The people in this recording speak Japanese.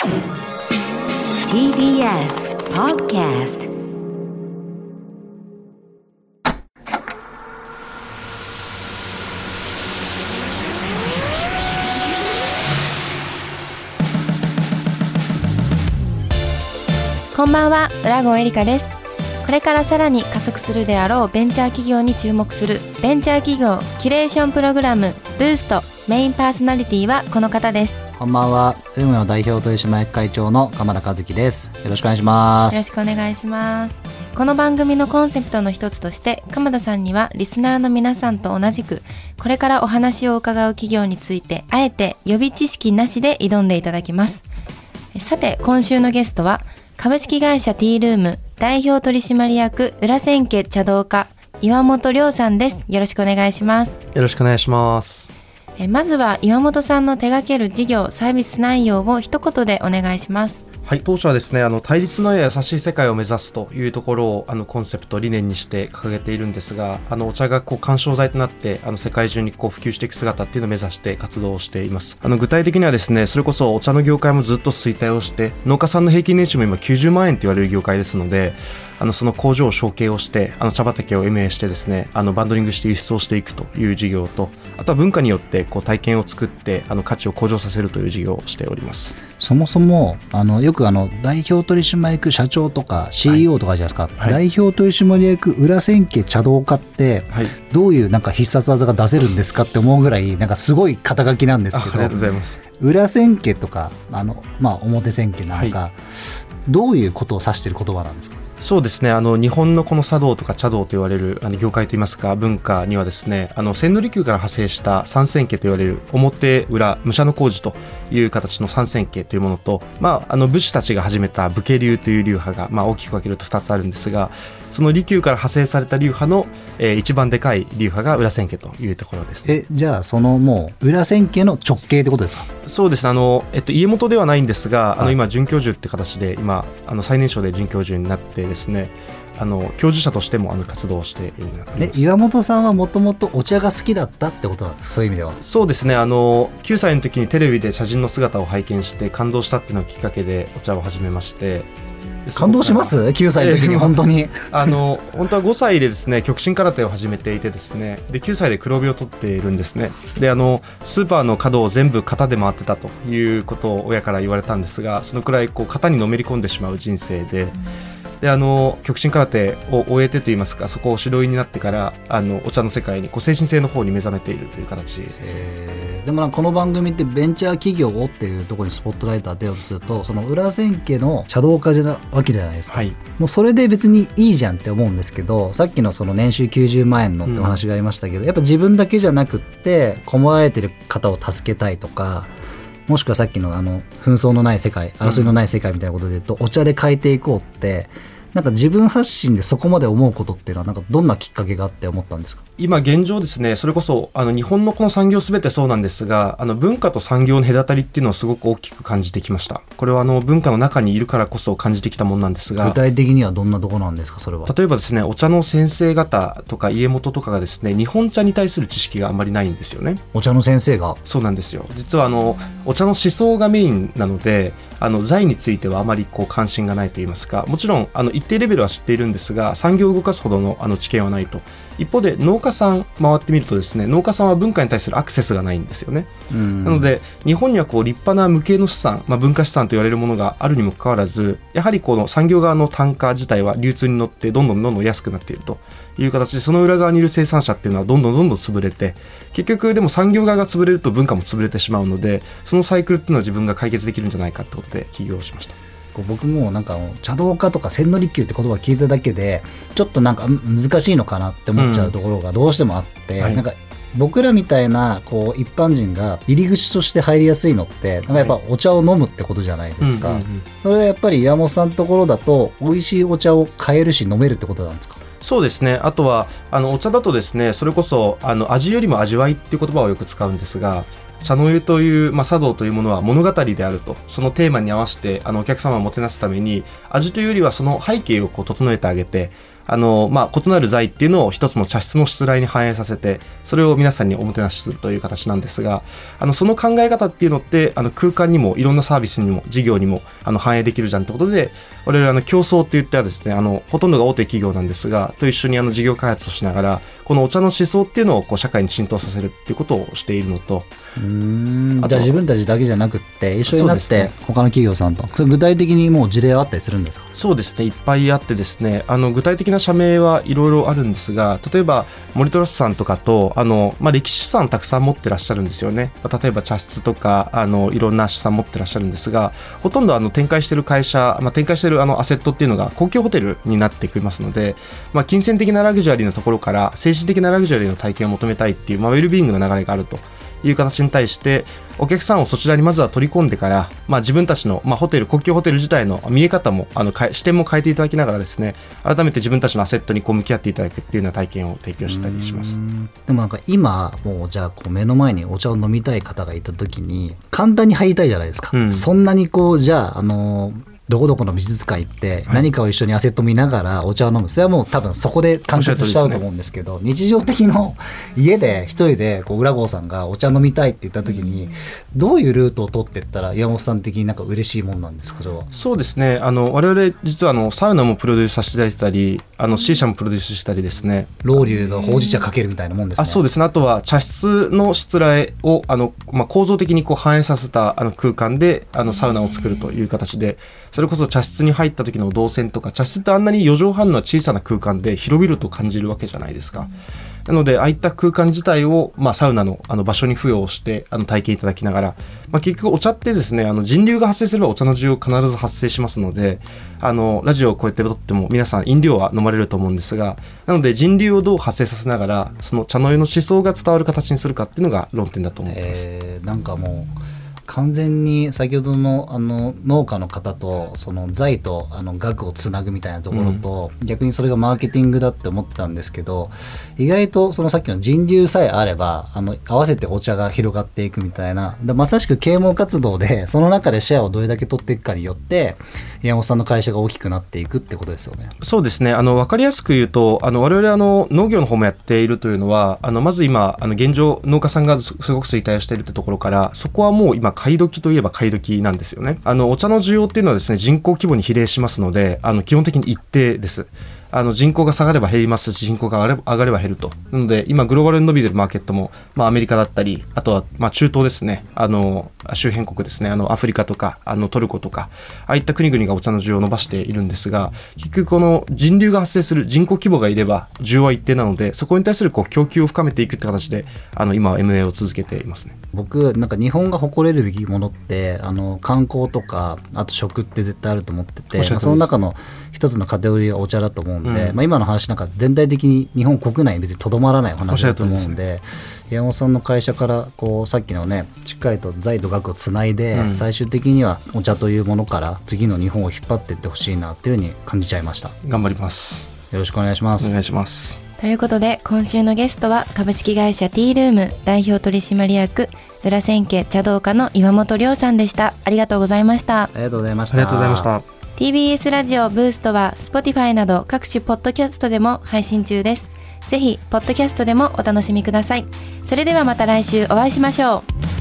TBS Podcast。 こんばんは、浦郷エリカです。これからさらに加速するであろうベンチャー企業に注目するベンチャー企業キュレーションプログラムブースト、メインパーソナリティはこの方です。 こんばんは、ウームの代表取締役会長の鎌田和樹です。よろしくお願いします。 よろしくお願いします。この番組のコンセプトの一つとして鎌田さんにはリスナーの皆さんと同じくこれからお話を伺う企業についてあえて予備知識なしで挑んでいただきます。さて今週のゲストは株式会社ティールーム代表取締役裏千家茶道家岩本亮さんです。よろしくお願いします。 よろしくお願いします。 まずは岩本さんの手掛ける事業サービス内容を一言でお願いします。 はい、当社はですね、対立の優しい世界を目指すというところをコンセプト理念にして掲げているんですが、お茶が緩衝材となって世界中に普及していく姿っていうのを目指して活動をしています。具体的にはですね、それこそお茶の業界もずっと衰退をして農家さんの平均年収も今90万円と言われる業界ですので、その工場を承継をして茶畑を運営してですね、バンドリングして輸出をしていくという事業と、あとは文化によって体験を作って価値を向上させるという事業をしております。 そもそもよく代表取締役社長とか CEO とかじゃないですか、はい、代表取締役裏千家茶道家って、はい、どういう必殺技が出せるんですかって思うぐらいすごい肩書きなんですけど、 ありがとうございます。 裏千家とか表千家なんか、はい、どういうことを指している言葉なんですか？ そうですね、日本のこの茶道とか茶道と言われる業界といいますか文化にはですね、千利休から派生した三千家と言われる表裏武者の工事という形の三千家というものと、武士たちが始めた武家流という流派が、大きく分けると2つあるんですが、その利休から派生された流派の、一番でかい流派が裏千家というところですね。 じゃあそのもう裏千家の直系ってことですか？ そうですね、家元ではないんですが、今准教授って形で今最年少で准教授になってですね、教授者としても活動をしているようになっています。 岩本さんはもともとお茶が好きだったってことなんですか？そういう意味では。 そうですね、9歳の時にテレビで茶人の姿を拝見して感動したっていうのがきっかけでお茶を始めまして。 感動します？9歳の時に本当に本当は5歳でですね極真空手を始めていてですね、で9歳で黒帯を取っているんですね。でスーパーの角を全部型で回ってたということを親から言われたんですが、そのくらい型にのめり込んでしまう人生で、極真空手を終えてといいますか、そこを指導員になってからお茶の世界に精神性の方に目覚めているという形です。 でもこの番組ってベンチャー企業をっていうところにスポットライト当てようとすると、その裏千家の茶道家じゃなわけじゃないですか、はい、もうそれで別にいいじゃんって思うんですけど、さっきのその年収90万円のってお話がありましたけど、やっぱ自分だけじゃなくって困られてる方を助けたいとか、もしくはさっきの紛争のない世界、争いのない世界みたいなことで言うと、お茶で変えていこうって自分発信でそこまで思うことっていうのはどんなきっかけがあって思ったんですか？ 今現状ですね、それこそ日本のこの産業すべてそうなんですが、文化と産業の隔たりっていうのをすごく大きく感じてきました。これは文化の中にいるからこそ感じてきたものなんですが、 具体的にはどんなところなんですか？それは例えばですね、お茶の先生方とか家元とかがですね、日本茶に対する知識があんまりないんですよね。 お茶の先生が？ そうなんですよ。実はお茶の思想がメインなので、財についてはあまり関心がないといいますか、もちろん一定レベルは知っているんですが、産業を動かすほどの知見はないと。一方で農家さん回ってみるとですね、農家さんは文化に対するアクセスがないんですよね。なので日本には立派な無形の資産、文化資産と言われるものがあるにもかかわらず、やはりこの産業側の単価自体は流通に乗ってどんどん安くなっているという形で、その裏側にいる生産者っていうのはどんどん潰れて、結局でも産業側が潰れると文化も潰れてしまうので、そのサイクルっていうのは自分が解決できるんじゃないかってことで起業しました。 僕も茶道家とか千利休って言葉を聞いただけでちょっと難しいのかなって思っちゃうところがどうしてもあって、はい、僕らみたいな一般人が入り口として入りやすいのってやっぱお茶を飲むってことじゃないですか、それはやっぱり岩本さんのところだと美味しいお茶を買えるし飲めるってことなんですか？ そうですね。あとはお茶だとですね、それこそ味よりも味わいっていう言葉をよく使うんですが、茶の湯という、茶道というものは物語であると、そのテーマに合わせてお客様をもてなすために味というよりはその背景を整えてあげて、 異なる財っていうのを一つの茶室のしつらいに反映させて、それを皆さんにおもてなしするという形なんですが、その考え方っていうのって空間にもいろんなサービスにも事業にも反映できるじゃんってことで、我々競争って言ってはですね、ほとんどが大手企業なんですがと一緒に事業開発をしながら、このお茶の思想っていうのを社会に浸透させるっていうことをしているのと、 じゃあ自分たちだけじゃなくって一緒になって他の企業さんと、具体的にもう事例はあったりするんですか？ そうですね、いっぱいあってですね、具体的な社名はいろいろあるんですが、例えば森トラスさんとかと歴史資産たくさん持ってらっしゃるんですよね。例えば茶室とかいろんな資産持ってらっしゃるんですが、ほとんど展開している会社、展開しているアセットっていうのが高級ホテルになってきますので、金銭的なラグジュアリーのところから精神的なラグジュアリーの体験を求めたいっていう、ウェルビーイングの流れがあるという形に対して、お客さんをそちらにまずは取り込んでから、自分たちの、ホテル、高級ホテル自体の見え方も視点も変えていただきながらですね、改めて自分たちのアセットに向き合っていただくっていうような体験を提供したりします。 でも今もうじゃあ目の前にお茶を飲みたい方がいた時に簡単に入りたいじゃないですか、そんなにじゃあどこどこの美術館行って何かを一緒にアセット見ながらお茶を飲む、それはもう多分そこで完結しちゃうと思うんですけど、日常的の家で一人で浦郷さんがお茶飲みたいって言った時にどういうルートを取っていったら岩本さん的に嬉しいもんなんですか？それは。 そうですね、我々実はサウナもプロデュースさせていただいてたり、C 社もプロデュースしたりですね、 ロウリュのほうじ茶かけるみたいなもんですね。 そうですね。あとは茶室のしつらえを構造的に反映させた空間でサウナを作るという形で、それこそ茶室に入った時の動線とか、茶室ってあんなに4畳半の小さな空間で広々と感じるわけじゃないですか。なのでああいった空間自体を、サウナの場所に付与して体験いただきながら、結局お茶ってですね、人流が発生すればお茶の需要必ず発生しますので、ラジオをこうやって撮っても皆さん飲料は飲まれると思うんですが、なので人流をどう発生させながらその茶の湯の思想が伝わる形にするかっていうのが論点だと思ってます。 なんかもう完全に先ほどの農家の方とその財と額をつなぐみたいなところと、逆にそれがマーケティングだって思ってたんですけど、意外とそのさっきの人流さえあれば合わせてお茶が広がっていくみたいな、まさしく啓蒙活動でその中でシェアをどれだけ取っていくかによって山本さんの会社が大きくなっていくってことですよね。 そうですね、分かりやすく言うと我々農業の方もやっているというのはまず今現状農家さんがすごく衰退をしているってところから、そこはもう今買い時といえば買い時なんですよね。お茶の需要っていうのはですね、人口規模に比例しますので基本的に一定です。人口が下がれば減りますし、人口が上がれば減ると。なので今グローバルに伸びているマーケットも、アメリカだったり、あとは中東ですね、周辺国ですね、アフリカとかトルコとか、ああいった国々がお茶の需要を伸ばしているんですが、結局この人流が発生する人口規模がいれば需要は一定なので、そこに対する供給を深めていくって形で今は MA を続けていますね。 僕日本が誇れるべきものって観光とかあと食って絶対あると思ってて、その中の一つのカテゴリーがお茶だと思うんで、今の話全体的に日本国内に別にとどまらない話だと思うんで、山本さんの会社からさっきのね、しっかりと財と学をつないで、最終的にはお茶というものから次の日本を引っ張っていってほしいなというふうに感じちゃいました。 頑張ります。 よろしくお願いします。 お願いします。 ということで今週のゲストは株式会社ティールーム代表取締役裏千家茶道家の岩本亮さんでした。ありがとうございました。 ありがとうございました。 ありがとうございました。 TBS ラジオブーストは Spotify など各種ポッドキャストでも配信中です。ぜひポッドキャストでもお楽しみください。それではまた来週お会いしましょう。